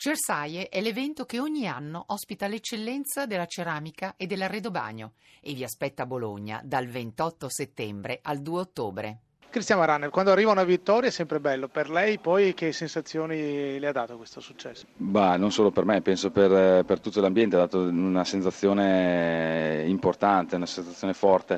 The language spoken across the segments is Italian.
Cersaie è l'evento che ogni anno ospita l'eccellenza della ceramica e dell'arredobagno e vi aspetta a Bologna dal 28 settembre al 2 ottobre. Cristian Runner, quando arriva una vittoria è sempre bello. Per lei poi che sensazioni le ha dato questo successo? Bah, non solo per me, penso per tutto l'ambiente, ha dato una sensazione importante, una sensazione forte.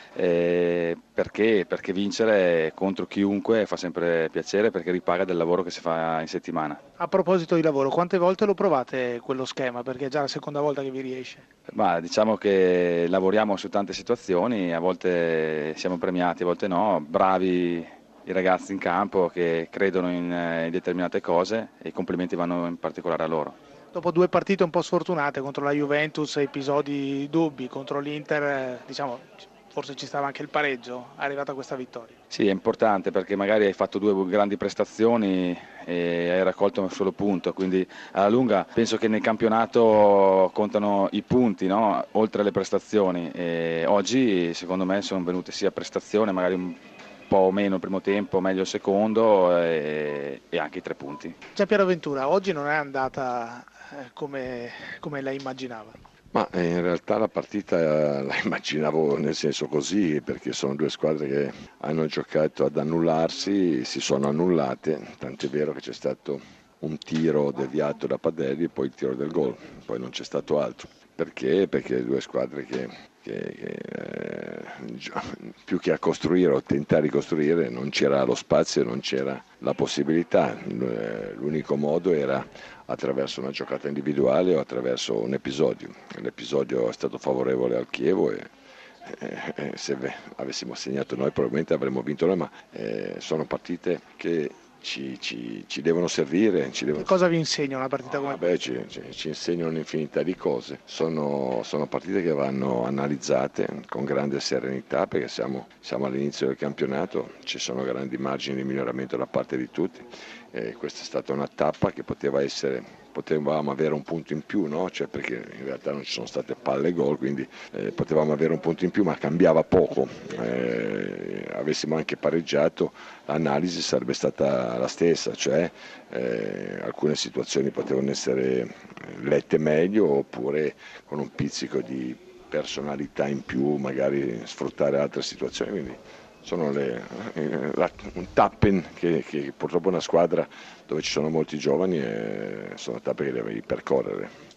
Perché vincere contro chiunque fa sempre piacere, perché ripaga del lavoro che si fa in settimana. A proposito di lavoro, quante volte lo provate quello schema? Perché è già la seconda volta che vi riesce. Ma diciamo che lavoriamo su tante situazioni, a volte siamo premiati, a volte no, bravi i ragazzi in campo che credono in determinate cose e i complimenti vanno in particolare a loro. Dopo due partite un po' sfortunate contro la Juventus, episodi dubbi, contro l'Inter, diciamo, forse ci stava anche il pareggio, è arrivata questa vittoria. Sì, è importante perché magari hai fatto due grandi prestazioni e hai raccolto un solo punto, quindi alla lunga penso che nel campionato contano i punti, no? Oltre alle prestazioni. E oggi secondo me sono venute sia prestazione, magari un po' meno il primo tempo, meglio il secondo e anche i 3 punti. Già Piero Ventura, oggi non è andata come lei immaginava. Ma in realtà la partita la immaginavo nel senso così, perché sono due squadre che hanno giocato ad annullarsi, si sono annullate, tant'è vero che c'è stato un tiro deviato da Padelli e poi il tiro del gol, poi non c'è stato altro. Perché? Perché le due squadre che più che a costruire o tentare di costruire non c'era lo spazio, non c'era la possibilità, l'unico modo era attraverso una giocata individuale o attraverso un episodio. L'episodio è stato favorevole al Chievo e se avessimo segnato noi probabilmente avremmo vinto noi, ma sono partite che ci devono servire. Che cosa vi insegna una partita come questa? Ci insegnano un'infinità di cose, sono partite che vanno analizzate con grande serenità perché siamo all'inizio del campionato, ci sono grandi margini di miglioramento da parte di tutti e questa è stata una tappa che potevamo avere un punto in più, no? Cioè, perché in realtà non ci sono state palle e gol, quindi potevamo avere un punto in più, ma cambiava poco. Avessimo anche pareggiato, l'analisi sarebbe stata la stessa, cioè alcune situazioni potevano essere lette meglio oppure con un pizzico di personalità in più, magari sfruttare altre situazioni. Quindi sono un tappe che purtroppo è una squadra dove ci sono molti giovani e sono tappe che devi percorrere.